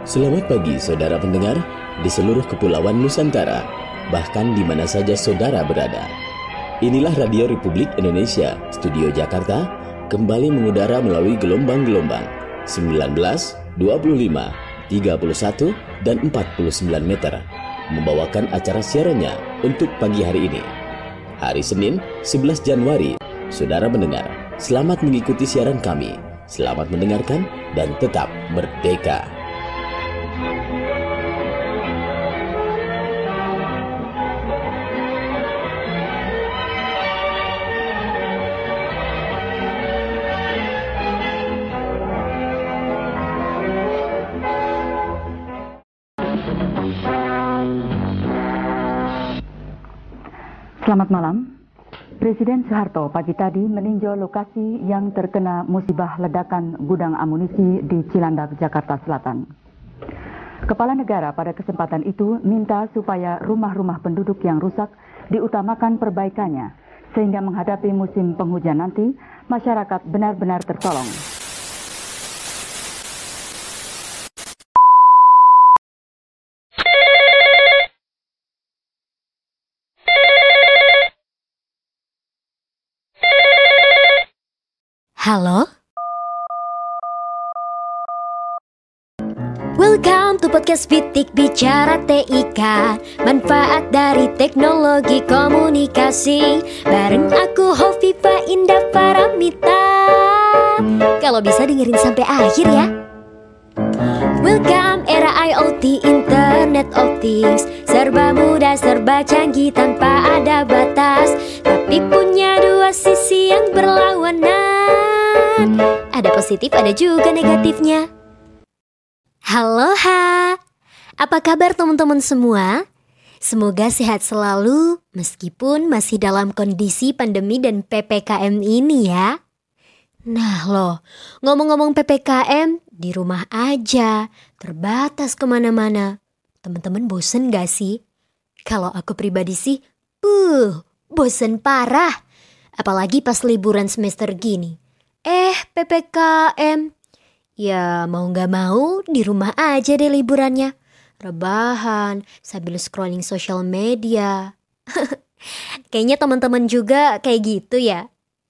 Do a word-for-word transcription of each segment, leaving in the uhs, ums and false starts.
Selamat pagi saudara pendengar di seluruh kepulauan Nusantara, bahkan di mana saja saudara berada. Inilah Radio Republik Indonesia, Studio Jakarta, kembali mengudara melalui gelombang-gelombang sembilan belas, dua puluh lima, tiga puluh satu, dan empat puluh sembilan meter, membawakan acara siarannya untuk pagi hari ini. Hari Senin, sebelas Januari, saudara mendengar, selamat mengikuti siaran kami. Selamat mendengarkan dan tetap merdeka. Selamat malam. Presiden Soeharto pagi tadi meninjau lokasi yang terkena musibah ledakan gudang amunisi di Cilandak, Jakarta Selatan. Kepala negara pada kesempatan itu minta supaya rumah-rumah penduduk yang rusak diutamakan perbaikannya, sehingga menghadapi musim penghujan nanti, masyarakat benar-benar tertolong. Halo? Welcome to podcast Bitik Bicara T I K. Manfaat dari teknologi komunikasi. Bareng aku Hovifa Indah Paramita. Kalau bisa dengerin sampai akhir ya. Welcome era I O T, Internet of Things. Serba mudah, serba canggih tanpa ada batas. Tapi punya dua sisi yang berlawanan. Ada positif, ada juga negatifnya. Halo ha, apa kabar teman-teman semua? Semoga sehat selalu meskipun masih dalam kondisi pandemi dan P P K M ini ya. Nah loh, ngomong-ngomong P P K M, di rumah aja, terbatas kemana-mana. Teman-teman bosen gak sih? Kalau aku pribadi sih, uh, bosen parah. Apalagi pas liburan semester gini. Eh, P P K M. Ya mau gak mau di rumah aja deh liburannya. Rebahan sambil scrolling sosial media. Kayaknya teman-teman juga kayak gitu ya.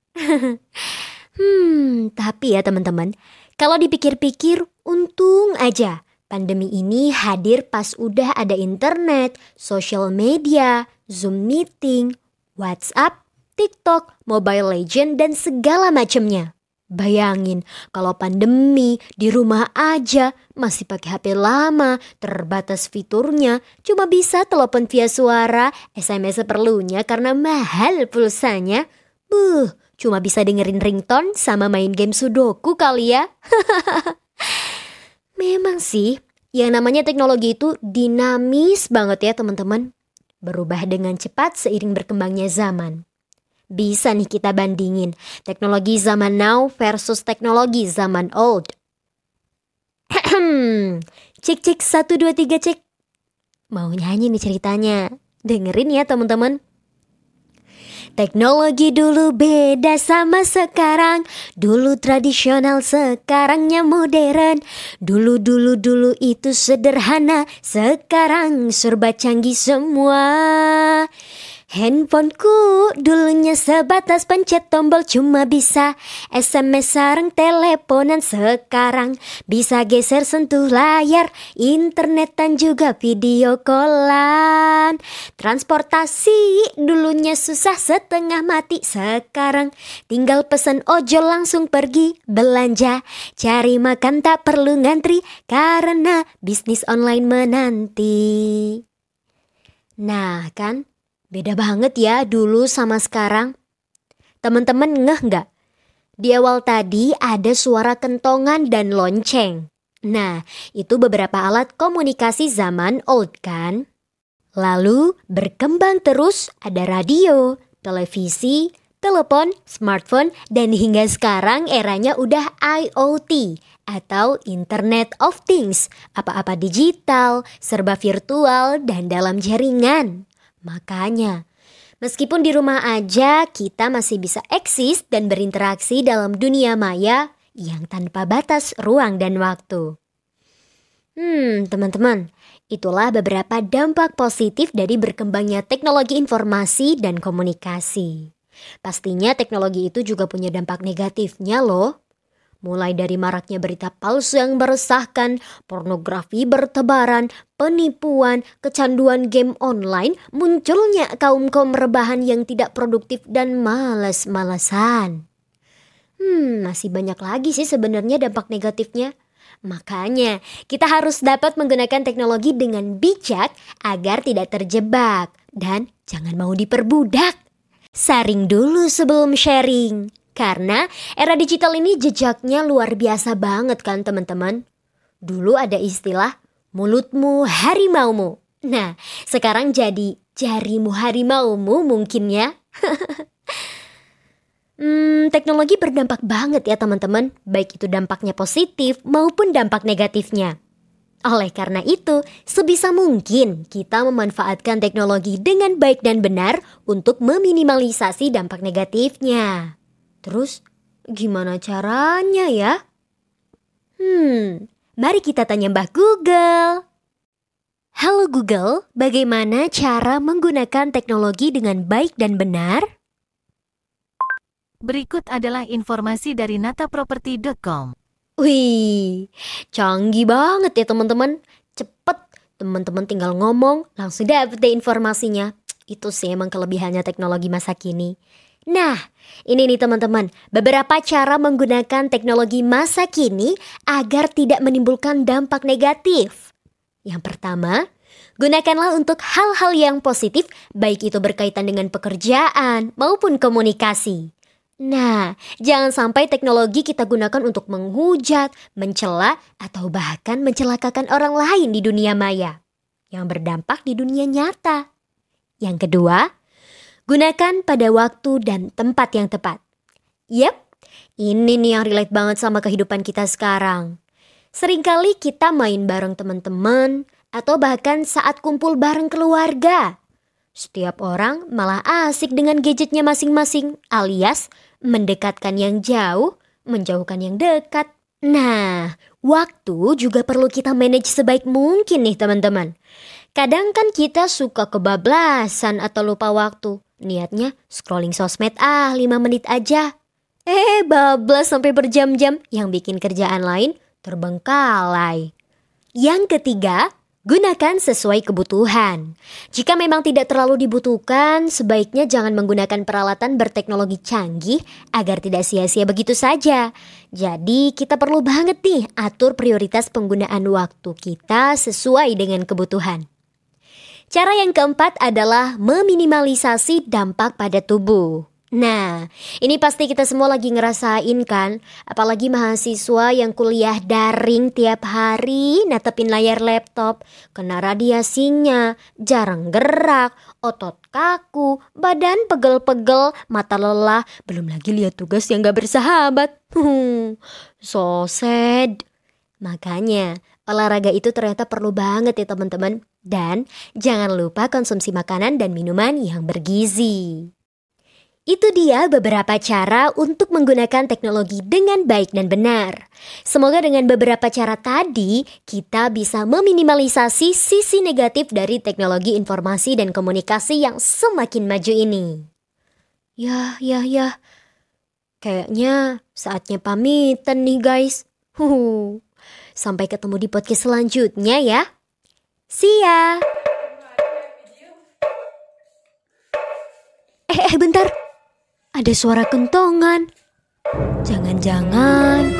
Hmm, tapi ya teman-teman, kalau dipikir-pikir untung aja pandemi ini hadir pas udah ada internet, sosial media, Zoom meeting, WhatsApp, TikTok, Mobile Legends, dan segala macamnya. Bayangin kalau pandemi di rumah aja masih pakai H P lama, terbatas fiturnya, cuma bisa telepon via suara, S M S seperlunya karena mahal pulsanya. Buh, cuma bisa dengerin ringtone sama main game sudoku kali ya. Memang sih, yang namanya teknologi itu dinamis banget ya teman-teman. Berubah dengan cepat seiring berkembangnya zaman. Bisa nih kita bandingin teknologi zaman now versus teknologi zaman old. Cek cek satu dua tiga cek. Mau nyanyi nih ceritanya. Dengerin ya teman-teman. Teknologi dulu beda sama sekarang. Dulu tradisional, sekarangnya modern. Dulu dulu dulu itu sederhana, sekarang serba canggih semua. Handphoneku dulunya sebatas pencet tombol, cuma bisa S M S sareng teleponan. Sekarang bisa geser sentuh layar, internetan juga video callan. Transportasi dulunya susah setengah mati, sekarang tinggal pesen ojol langsung pergi belanja. Cari makan tak perlu ngantri karena bisnis online menanti. Nah kan, beda banget ya dulu sama sekarang. Teman-teman ngeh nggak? Di awal tadi ada suara kentongan dan lonceng. Nah, itu beberapa alat komunikasi zaman old kan? Lalu berkembang terus ada radio, televisi, telepon, smartphone, dan hingga sekarang eranya udah I O T atau Internet of Things. Apa-apa digital, serba virtual, dan dalam jaringan. Makanya, meskipun di rumah aja kita masih bisa eksis dan berinteraksi dalam dunia maya yang tanpa batas ruang dan waktu. Hmm, teman-teman, itulah beberapa dampak positif dari berkembangnya teknologi informasi dan komunikasi. Pastinya teknologi itu juga punya dampak negatifnya loh. Mulai dari maraknya berita palsu yang meresahkan, pornografi bertebaran, penipuan, kecanduan game online, munculnya kaum-kaum rebahan yang tidak produktif dan malas-malasan. Hmm, masih banyak lagi sih sebenarnya dampak negatifnya. Makanya, kita harus dapat menggunakan teknologi dengan bijak agar tidak terjebak dan jangan mau diperbudak. Saring dulu sebelum sharing. Karena era digital ini jejaknya luar biasa banget kan teman-teman. Dulu ada istilah mulutmu harimaumu. Nah, sekarang jadi jarimu harimaumu mungkin ya. hmm, teknologi berdampak banget ya teman-teman. Baik itu dampaknya positif maupun dampak negatifnya. Oleh karena itu, sebisa mungkin kita memanfaatkan teknologi dengan baik dan benar untuk meminimalisasi dampak negatifnya. Terus, gimana caranya ya? Hmm, mari kita tanya Mbah Google. Halo Google, bagaimana cara menggunakan teknologi dengan baik dan benar? Berikut adalah informasi dari nata property dot com. Wih, canggih banget ya teman-teman. Cepet, teman-teman tinggal ngomong, langsung dapet deh informasinya. Itu sih emang kelebihannya teknologi masa kini. Nah, ini nih teman-teman, beberapa cara menggunakan teknologi masa kini agar tidak menimbulkan dampak negatif. Yang pertama, gunakanlah untuk hal-hal yang positif, baik itu berkaitan dengan pekerjaan maupun komunikasi. Nah, jangan sampai teknologi kita gunakan untuk menghujat, mencela, atau bahkan mencelakakan orang lain di dunia maya yang berdampak di dunia nyata. Yang kedua, gunakan pada waktu dan tempat yang tepat. Yep, ini nih yang relate banget sama kehidupan kita sekarang. Seringkali kita main bareng teman-teman atau bahkan saat kumpul bareng keluarga. Setiap orang malah asik dengan gadgetnya masing-masing alias mendekatkan yang jauh, menjauhkan yang dekat. Nah, waktu juga perlu kita manage sebaik mungkin nih teman-teman. Kadang kan kita suka kebablasan atau lupa waktu. Niatnya scrolling sosmed ah lima menit aja. Eh bablas sampai berjam-jam yang bikin kerjaan lain terbengkalai. Yang ketiga, gunakan sesuai kebutuhan. Jika memang tidak terlalu dibutuhkan, sebaiknya jangan menggunakan peralatan berteknologi canggih agar tidak sia-sia begitu saja. Jadi kita perlu banget nih atur prioritas penggunaan waktu kita sesuai dengan kebutuhan. Cara yang keempat adalah meminimalisasi dampak pada tubuh. Nah, ini pasti kita semua lagi ngerasain kan? Apalagi mahasiswa yang kuliah daring tiap hari, natepin layar laptop, kena radiasinya, jarang gerak, otot kaku, badan pegel-pegel, mata lelah, belum lagi lihat tugas yang gak bersahabat. Hmm, so sad. Makanya, olahraga itu ternyata perlu banget ya teman-teman. Dan jangan lupa konsumsi makanan dan minuman yang bergizi. Itu dia beberapa cara untuk menggunakan teknologi dengan baik dan benar. Semoga dengan beberapa cara tadi, kita bisa meminimalisasi sisi negatif dari teknologi informasi dan komunikasi yang semakin maju ini. Ya, ya, ya. Kayaknya saatnya pamitan nih guys. Huh. Sampai ketemu di podcast selanjutnya ya. See ya. Eh, eh, bentar. Ada suara kentongan. Jangan-jangan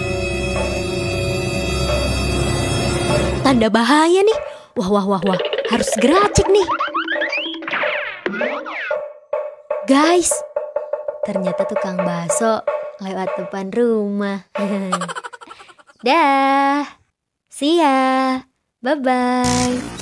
tanda bahaya nih. Wah, wah, wah, wah. Harus segera cek nih. Guys, ternyata tukang bakso lewat depan rumah. Dah. See ya. Bye-bye.